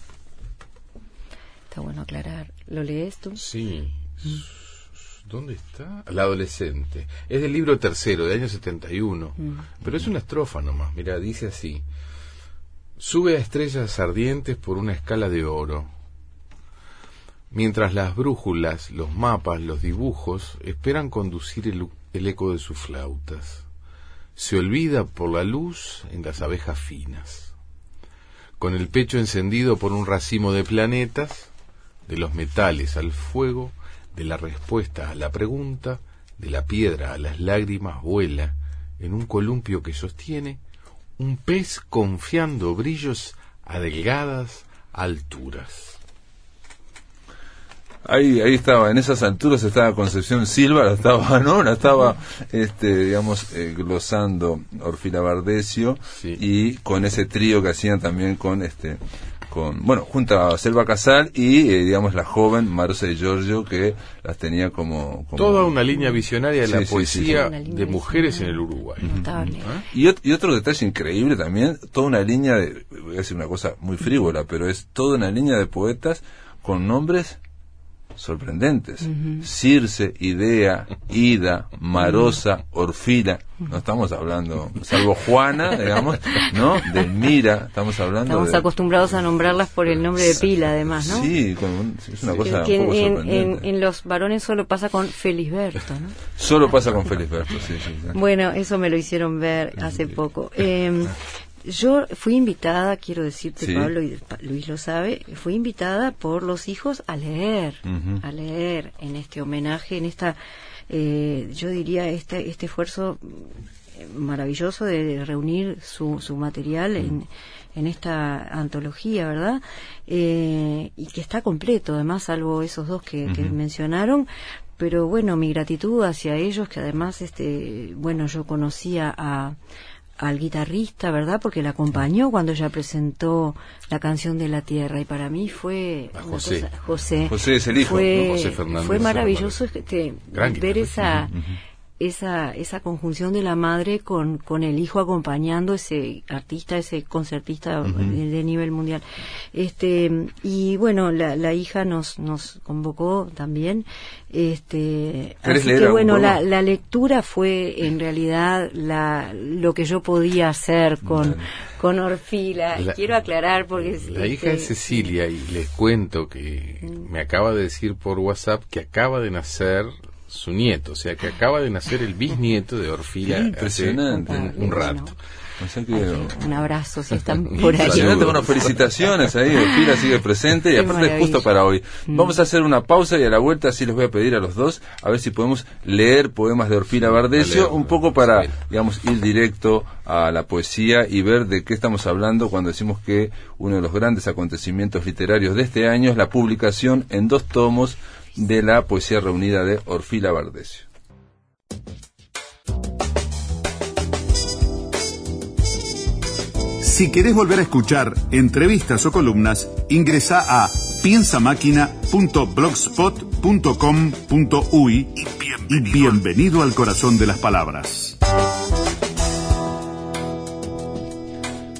Está bueno aclarar. ¿Lo lees tú? Sí. ¿Dónde está? La adolescente. Es del libro tercero, de año setenta y uno. Mm. Pero es una estrofa nomás. Mira, dice así. Sube a estrellas ardientes por una escala de oro. Mientras las brújulas, los mapas, los dibujos esperan conducir el, el eco de sus flautas. Se olvida por la luz en las abejas finas. Con el pecho encendido por un racimo de planetas, de los metales al fuego, de la respuesta a la pregunta, de la piedra a las lágrimas, vuela, en un columpio que sostiene, un pez confiando brillos a delgadas alturas. Ahí, ahí estaba, en esas alturas estaba Concepción Silva, la estaba, ¿no? La estaba, este, digamos, eh, glosando Orfila Bardesio, Sí. y con ese trío que hacían también con, este, con, bueno, junto a Selva Casal y, eh, digamos, la joven Marosa de Giorgio, que las tenía como... como Toda una línea visionaria de Sí, la sí, sí, poesía sí. Una línea de mujeres en visionaria. el Uruguay. Notable. ¿Ah? Y, ot- y otro detalle increíble también, toda una línea de, voy a decir una cosa muy frívola, pero es toda una línea de poetas con nombres sorprendentes. Circe, Idea, Ida, Marosa, Orfila. No estamos hablando, salvo Juana, digamos, ¿no? De Mira, estamos hablando Estamos de... acostumbrados a nombrarlas por el nombre de pila, además, ¿no? Sí, con un- es una cosa Que un poco en, en, sorprendente. en los varones solo pasa con Felisberto, ¿no? Solo pasa con Felisberto, sí, sí, sí. Bueno, eso me lo hicieron ver hace poco. Eh, yo fui invitada, quiero decirte, Sí. Pablo, y Pa- Luis lo sabe, fui invitada por los hijos a leer, Ujú. a leer en este homenaje, en esta, eh, yo diría, este, este esfuerzo maravilloso de reunir su, su material en, en esta antología, ¿verdad? Eh, y que está completo, además, salvo esos dos que, que Ujú. mencionaron. Pero bueno, mi gratitud hacia ellos, que además, este, bueno, yo conocía a al guitarrista, ¿verdad? Porque la acompañó cuando ella presentó la canción de la tierra, y para mí fue A una José. cosa- José. José es el hijo, fue, ¿no? José Fernández. fue maravilloso este, Gran ver guitarrista. esa esa esa conjunción de la madre con con el hijo acompañando ese artista, ese concertista de, de nivel mundial. Este y bueno, la, la hija nos nos convocó también. Este ¿Querés así leer que algún bueno, poema? la, la lectura fue en realidad la lo que yo podía hacer con Vale. con Orfila. La- Quiero aclarar porque La este, hija es Cecilia y les cuento que me acaba de decir por WhatsApp que acaba de nacer su nieto, o sea que acaba de nacer el bisnieto de Orfila. Qué hace impresionante. un, un rato. O sea que... un abrazo si están por ahí. Impresionante, bueno, felicitaciones ahí, Orfila sigue presente y Qué aparte es justo maravilla. para hoy. Vamos a hacer una pausa y a la vuelta sí les voy a pedir a los dos a ver si podemos leer poemas de Orfila Bardesio, Dale, un poco para, sí. digamos, ir directo a la poesía y ver de qué estamos hablando cuando decimos que uno de los grandes acontecimientos literarios de este año es la publicación en dos tomos de la poesía reunida de Orfila Bardesio. Si querés volver a escuchar entrevistas o columnas, ingresa a piensamáquina punto blogspot punto com punto uy y bienvenido al corazón de las palabras.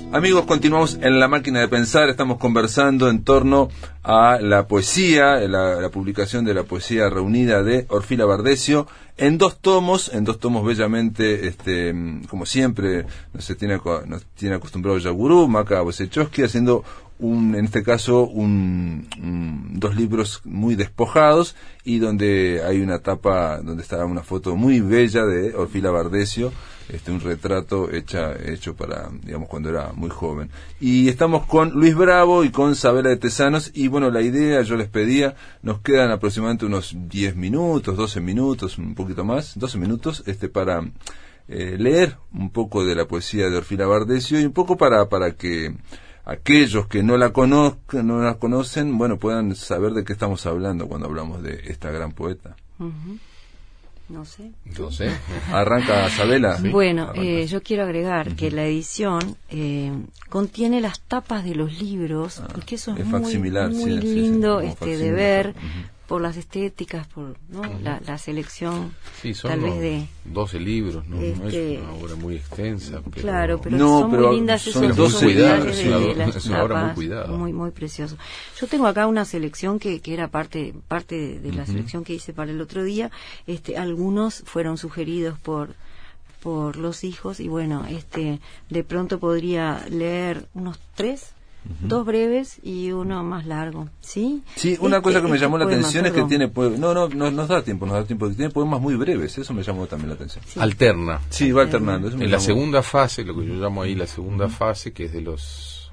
Amigos, continuamos en La Máquina de Pensar. Estamos conversando en torno a la poesía, la, la publicación de la poesía reunida de Orfila Bardesio en dos tomos, en dos tomos bellamente, este, como siempre, nos tiene, nos tiene acostumbrado Yagurú, Maca Bosechowski, haciendo un, en este caso, un, un, dos libros muy despojados y donde hay una tapa donde está una foto muy bella de Orfila Bardesio. Este, un retrato hecha, hecho para, digamos, cuando era muy joven. Y estamos con Luis Bravo y con Sabela de Tesanos, y bueno, la idea, yo les pedía, nos quedan aproximadamente unos diez minutos, doce minutos, un poquito más, doce minutos, este, para eh, leer un poco de la poesía de Orfila Bardesio y un poco para, para que aquellos que no la conozcan, no la conocen, bueno, puedan saber de qué estamos hablando cuando hablamos de esta gran poeta. Uh-huh. No sé. No sé. Arranca Sabela. Sí. Bueno, eh, yo quiero agregar uh-huh. que la edición eh, contiene las tapas de los libros, ah, y que eso es, es muy, muy sí, lindo sí, sí, este, de ver uh-huh. por las estéticas, por ¿no? uh-huh. la, la selección. Sí, son tal vez de doce libros, ¿no? Este, no es una obra muy extensa. Pero claro, pero no, son pero muy lindas esos, son esos detalles de, de las es una tapas, obra muy cuidada. Muy, muy precioso. Yo tengo acá una selección que, que era parte parte de, de la uh-huh. selección que hice para el otro día. Este, algunos fueron sugeridos por por los hijos y bueno, este, de pronto podría leer unos tres. Uh-huh. Dos breves y uno más largo, ¿sí? Sí, una este, cosa que me llamó la poema, atención perdón. es que tiene po- no, no, no nos da tiempo, nos da tiempo, tiene poemas muy breves, eso me llamó también la atención. Sí. Alterna. Sí, va alternando. Eso me en llamó. La segunda fase, lo que yo llamo ahí la segunda uh-huh. fase, que es de los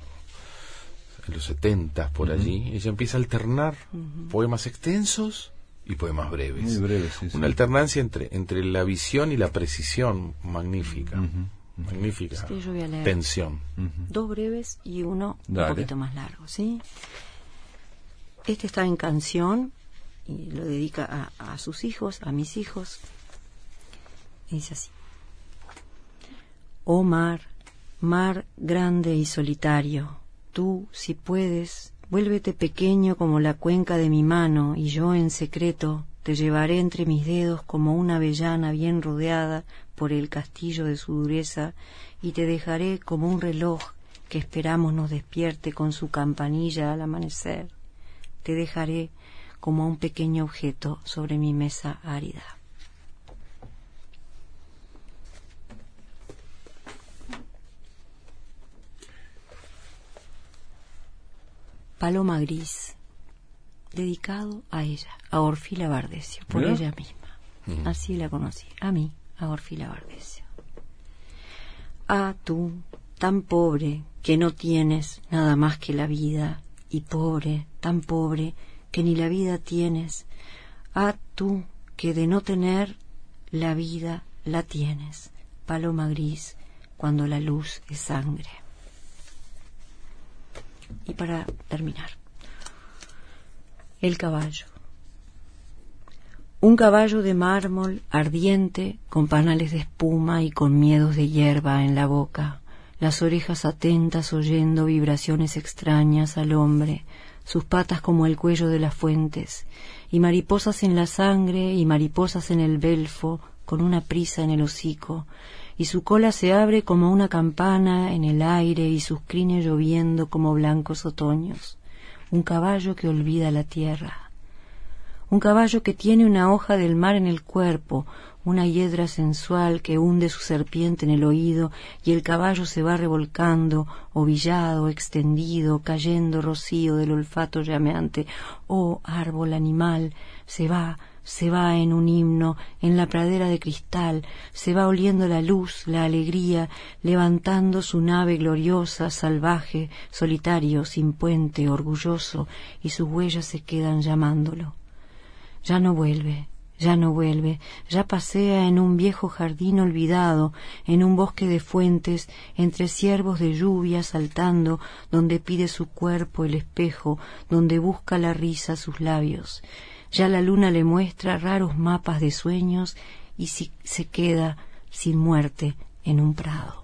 de los setentas por uh-huh. allí, ella empieza a alternar uh-huh. poemas extensos y poemas breves. Muy breves, sí, sí. Una alternancia entre entre la visión y la precisión magnífica. Uh-huh. Magnífica sí, yo voy a leer tensión. Uh-huh. Dos breves y uno Dale. un poquito más largo, ¿sí? Este está en canción y lo dedica a, a sus hijos, a mis hijos. Y dice así: Oh mar, mar grande y solitario, tú, si puedes, vuélvete pequeño como la cuenca de mi mano, y yo en secreto te llevaré entre mis dedos como una avellana bien rodeada por el castillo de su dureza, y te dejaré como un reloj que esperamos nos despierte con su campanilla al amanecer. Te dejaré como un pequeño objeto sobre mi mesa árida. Paloma gris, dedicado a ella, a Orfila Bardesio, por ¿Mira? Ella misma. Mm. Así la conocí, a mí, a Orfila Bardesio. Ah, tú, tan pobre que no tienes nada más que la vida, y pobre, tan pobre que ni la vida tienes. Ah, tú, que de no tener la vida la tienes, paloma gris, cuando la luz es sangre. Y para terminar, el caballo. Un caballo de mármol ardiente, con panales de espuma y con miedos de hierba en la boca, las orejas atentas oyendo vibraciones extrañas al hombre, sus patas como el cuello de las fuentes, y mariposas en la sangre y mariposas en el belfo, con una prisa en el hocico, y su cola se abre como una campana en el aire y sus crines lloviendo como blancos otoños. Un caballo que olvida la tierra. Un caballo que tiene una hoja del mar en el cuerpo, una hiedra sensual que hunde su serpiente en el oído, y el caballo se va revolcando, ovillado, extendido, cayendo rocío del olfato llameante. Oh, árbol animal, se va, se va en un himno, en la pradera de cristal, se va oliendo la luz, la alegría, levantando su nave gloriosa, salvaje, solitario, sin puente, orgulloso, y sus huellas se quedan llamándolo. Ya no vuelve, ya no vuelve, ya pasea en un viejo jardín olvidado, en un bosque de fuentes, entre ciervos de lluvia saltando, donde pide su cuerpo el espejo, donde busca la risa sus labios. Ya la luna le muestra raros mapas de sueños y si, se queda sin muerte en un prado.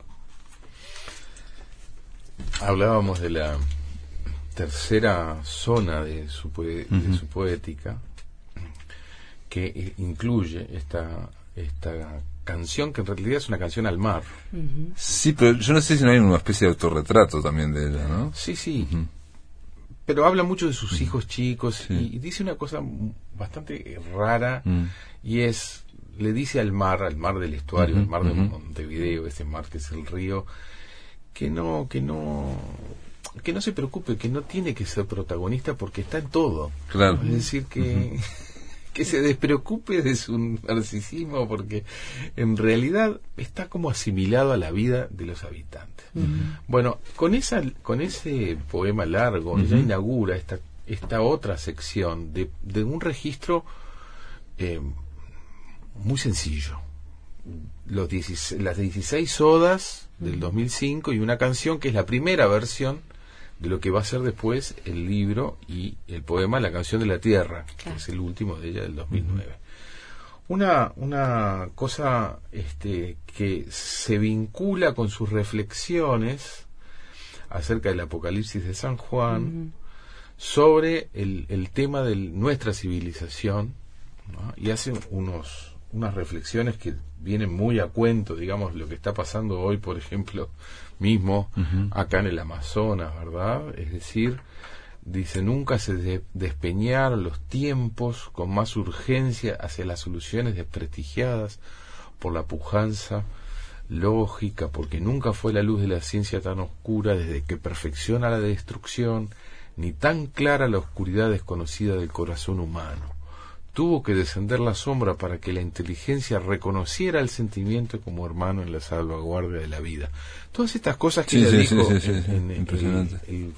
Hablábamos de la tercera zona de su, poe- uh-huh. de su poética, que incluye esta, esta canción que en realidad es una canción al mar. Ujú. Sí, pero yo no sé si no hay una especie de autorretrato también de ella, ¿no? Sí, sí. Ujú. Pero habla mucho de sus hijos chicos Sí. y, y dice una cosa bastante rara Mm. y es, le dice al mar, al mar del estuario, Ujú, al mar de ujú. Montevideo, ese mar que es el río, que no, que no, que no se preocupe, que no tiene que ser protagonista porque está en todo. Claro. Es decir, que, que se despreocupe de su narcisismo porque en realidad está como asimilado a la vida de los habitantes. Bueno, con esa, con ese poema largo, ella Ujú. inaugura esta, esta otra sección de, de un registro eh, muy sencillo. Los dieciséis, las dieciséis odas del dos mil cinco y una canción que es la primera versión de lo que va a ser después el libro y el poema La canción de la tierra, Claro. que es el último de ella del dos mil nueve. Una, una cosa este, que se vincula con sus reflexiones acerca del Apocalipsis de San Juan, Ujú. sobre el, el tema de nuestra civilización, ¿no? Y hace unos, unas reflexiones que vienen muy a cuento, digamos, lo que está pasando hoy, por ejemplo, mismo Ujú. acá en el Amazonas, ¿verdad? Es decir, dice, nunca se de- despeñaron los tiempos con más urgencia hacia las soluciones desprestigiadas por la pujanza lógica, porque nunca fue la luz de la ciencia tan oscura desde que perfecciona la destrucción, ni tan clara la oscuridad desconocida del corazón humano. Tuvo que descender la sombra para que la inteligencia reconociera el sentimiento como hermano en la salvaguardia de la vida. Todas estas cosas que Sí, ella sí, dijo sí, sí, en- sí, en el- impresionante. el-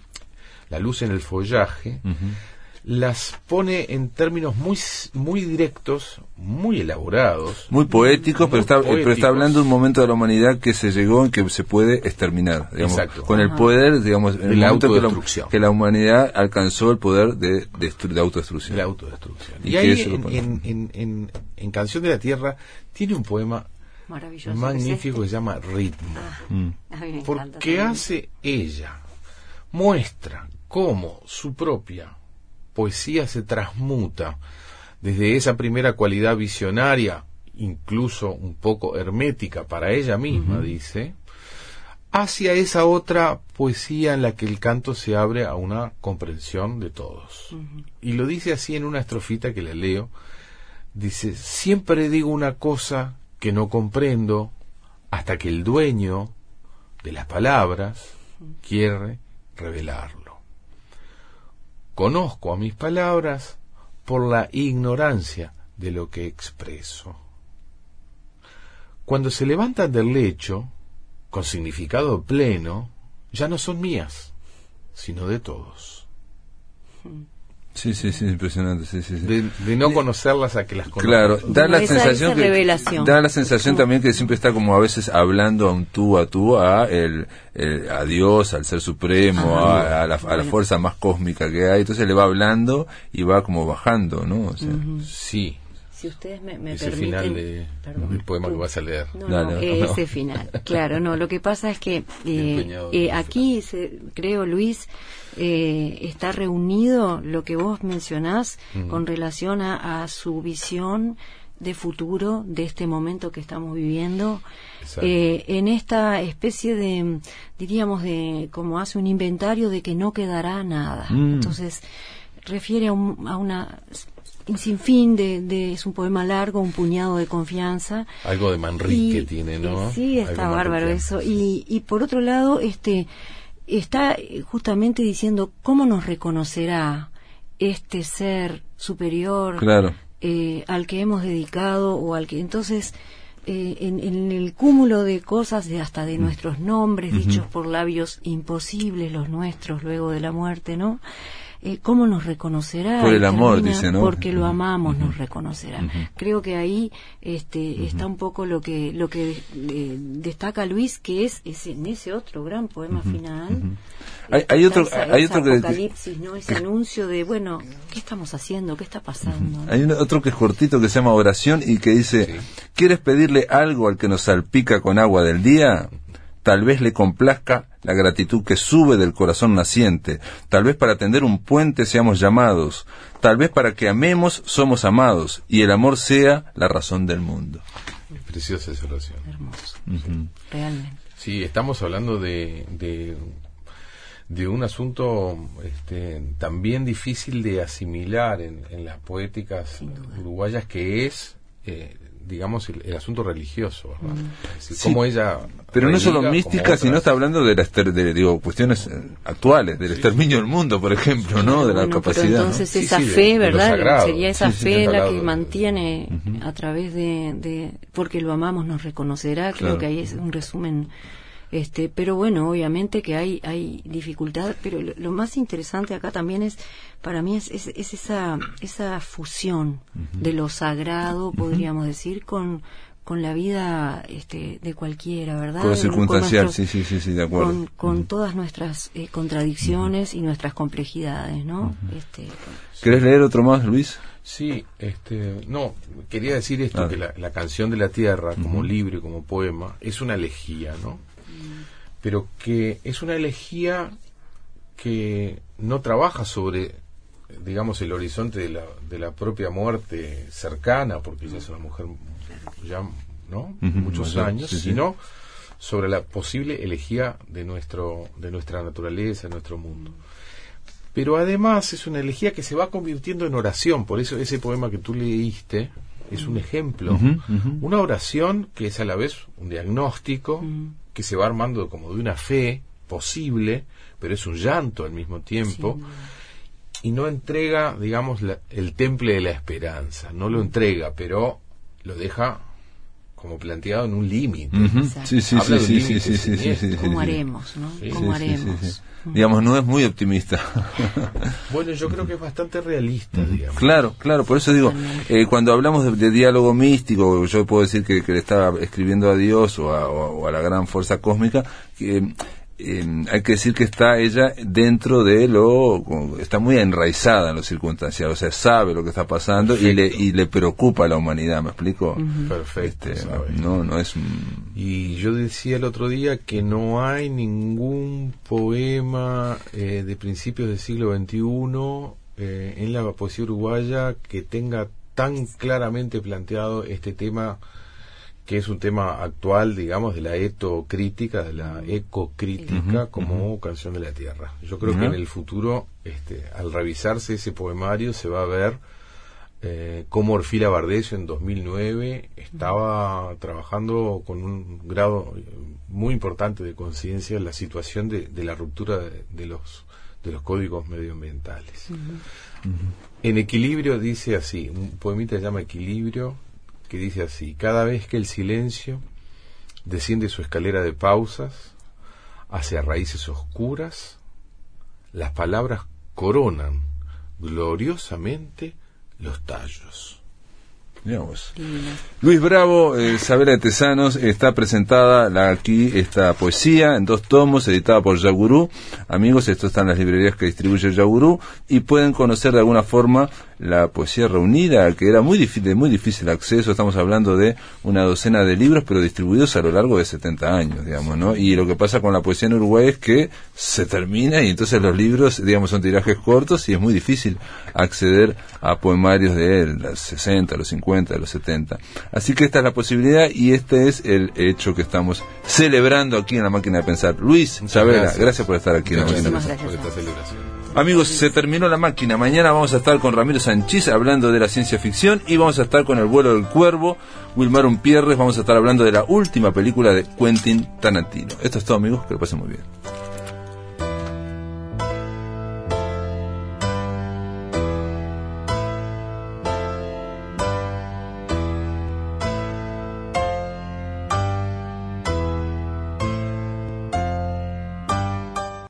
la luz en el follaje, Ujú. las pone en términos muy muy directos, muy elaborados. Muy poético, Muy pero está, eh, pero poéticos. está hablando de un momento de la humanidad que se llegó en que se puede exterminar, digamos, Exacto. con el Ajá. poder, digamos, en De el la momento que la, autodestrucción. que la humanidad alcanzó el poder de, destru- de autodestrucción. La autodestrucción. Y Y, que ahí eso lo en, pone. en, en, en- en Canción de la Tierra tiene un poema Maravilloso. magnífico que ¿Es se llama Ritmo. este? Mm. Ah, a mí me encanta Porque también. hace ella, muestra cómo su propia poesía se transmuta desde esa primera cualidad visionaria, incluso un poco hermética para ella misma, dice, hacia esa otra poesía en la que el canto se abre a una comprensión de todos. Ujú. Y lo dice así en una estrofita que la leo. Dice, siempre digo una cosa que no comprendo hasta que el dueño de las palabras quiere revelarlo. Conozco a mis palabras por la ignorancia de lo que expreso. Cuando se levantan del lecho, con significado pleno, ya no son mías, sino de todos. Sí, sí, sí, impresionante, sí, sí, sí. De, de no conocerlas a que las conozco. Claro, da la Esa- sensación esa que revelación. da la sensación también que siempre está como a veces hablando a un tú a tú a el, el- a Dios, al ser supremo, Ajá. a, a la, a la Bueno. fuerza más cósmica que hay, entonces le va hablando y va como bajando, ¿no? O sea, Sí, Si ustedes me, me ese permiten... final de, Perdón. del poema Tú. que vas a leer. No, Dale, no, no, eh, no. ese final. Claro, no, lo que pasa es que eh, Empeñado eh, en aquí, se, creo, Luis, eh, está reunido lo que vos mencionás con relación a, a su visión de futuro de este momento que estamos viviendo, Exacto. eh, en esta especie de, diríamos, de como hace un inventario de que no quedará nada. Mm. Entonces, refiere a, un, a una... un sinfín de, de... Es un poema largo, un puñado de confianza. Algo de Manrique Y- tiene, ¿no? y sí, está Algo bárbaro manriqueano. eso. Y, y por otro lado, este está eh, justamente diciendo cómo nos reconocerá este ser superior claro. eh, al que hemos dedicado o al que entonces eh, en, en el cúmulo de cosas de hasta de nuestros nombres Ujú. dichos por labios imposibles los nuestros luego de la muerte, ¿no? Eh, ¿Cómo nos reconocerá? Por Y el amor, termina, dice, ¿no? Porque lo Ujú. amamos, Ujú. nos reconocerá. Ujú. Creo que ahí este, está un poco lo que lo que eh, destaca Luis, que es, es en ese otro gran poema final. ujú. Hay- hay está otro- esa- hay ese otro que- apocalipsis, ¿no? Ese anuncio de, bueno, ¿qué estamos haciendo? ¿Qué está pasando? ¿no? Hay un- otro que es cortito que se llama Oración y que dice, Sí. ¿quieres pedirle algo al que nos salpica con agua del día? Tal vez le complazca la gratitud que sube del corazón naciente. Tal vez para tender un puente seamos llamados. Tal vez para que amemos somos amados y el amor sea la razón del mundo. Es preciosa esa oración. Hermoso, Uh-huh. sí, realmente. Sí, estamos hablando de, de, de un asunto este, también difícil de asimilar en, en las poéticas uruguayas, que es, eh, digamos, el, el asunto religioso, ¿verdad? Mm. Es decir, sí, cómo ella pero no solo mística, sino está hablando de, la ester, de digo, cuestiones actuales, del sí, exterminio del mundo, por ejemplo, sí, ¿no? De la bueno, capacidad. Pero entonces ¿no? esa sí, sí, fe, de, ¿verdad? De sería esa sí, fe sí, la que de... mantiene uh-huh. a través de, de... Porque lo amamos, nos reconocerá, creo claro. que ahí es un resumen... Este, pero bueno, obviamente que hay hay dificultad, pero lo, lo más interesante acá también es, para mí es, es, es esa esa fusión uh-huh. de lo sagrado, podríamos uh-huh. decir, con con la vida este, de cualquiera, ¿verdad? Con lo circunstancial, con nuestros, sí, sí, sí, sí, de acuerdo. Con, con uh-huh. todas nuestras eh, contradicciones uh-huh. y nuestras complejidades, ¿no? Uh-huh. Este, ¿Querés leer otro más, Luis? Sí, este, no, quería decir esto, ah. que la, la canción de la tierra, como uh-huh. libro, como poema, es una elegía, ¿no? Pero que es una elegía que no trabaja sobre, digamos, el horizonte de la, de la propia muerte cercana, porque ella es una mujer ya, ¿no? Uh-huh, muchos uh-huh, años, sí, sino sí. sobre la posible elegía de nuestro, de nuestra naturaleza, de nuestro mundo. Pero además es una elegía que se va convirtiendo en oración, por eso ese poema que tú leíste es un ejemplo, uh-huh, uh-huh. una oración que es a la vez un diagnóstico, uh-huh. que se va armando como de una fe posible, pero es un llanto al mismo tiempo, sí. y no entrega, digamos, la, el temple de la esperanza, no lo entrega, pero lo deja como planteado en un límite. Uh-huh. Sí, sí, sí, sí, sí, sí, sí, sí, sí, ¿Cómo sí, haremos, no? Sí, ¿Cómo sí, haremos? Sí, sí, sí. Uh-huh. Digamos, no es muy optimista. Bueno, yo creo que es bastante realista, uh-huh. digamos. Claro, claro, por eso digo, eh, cuando hablamos de, de diálogo místico, yo puedo decir que, que le estaba escribiendo a Dios o a, o a la gran fuerza cósmica, que eh, hay que decir que está ella dentro de lo, está muy enraizada en lo circunstancial, o sea, sabe lo que está pasando y le, y le preocupa a la humanidad, ¿me explico? Uh-huh. Perfecto. Este, no, no es... Y yo decía el otro día que no hay ningún poema eh, de principios del siglo veintiuno eh, en la poesía uruguaya que tenga tan claramente planteado este tema, que es un tema actual, digamos, de la etocrítica, de la ecocrítica, uh-huh, como uh-huh. canción de la tierra. Yo creo uh-huh. que en el futuro, este, al revisarse ese poemario, se va a ver eh, cómo Orfila Bardesio en dos mil nueve estaba uh-huh. trabajando con un grado muy importante de conciencia en la situación de, de la ruptura de, de los de los códigos medioambientales. Uh-huh. Uh-huh. En Equilibrio dice así, un poemita se llama Equilibrio, que dice así: cada vez que el silencio desciende su escalera de pausas hacia raíces oscuras, las palabras coronan gloriosamente los tallos. Digamos. Luis Bravo, eh, Sabela de Tesanos, está presentada la, aquí esta poesía en dos tomos, editada por Yagurú. Amigos, esto está en las librerías que distribuye Yagurú y pueden conocer de alguna forma la poesía reunida, que era muy difícil, de muy difícil acceso. Estamos hablando de una docena de libros, pero distribuidos a lo largo de setenta años, digamos, ¿no? Y lo que pasa con la poesía en Uruguay es que se termina y entonces los libros, digamos, son tirajes cortos y es muy difícil acceder a poemarios de los sesenta, los cincuenta, de los setenta. Así que esta es la posibilidad y este es el hecho que estamos celebrando aquí en La Máquina de Pensar. Luis, Sabela, gracias. gracias por estar aquí en La Máquina de Pensar. Por esta celebración. Amigos, se terminó La Máquina. Mañana vamos a estar con Ramiro Sanchís hablando de la ciencia ficción y vamos a estar con El vuelo del cuervo, Wilmar Umpierres. Vamos a estar hablando de la última película de Quentin Tarantino. Esto es todo, amigos, que lo pasen muy bien.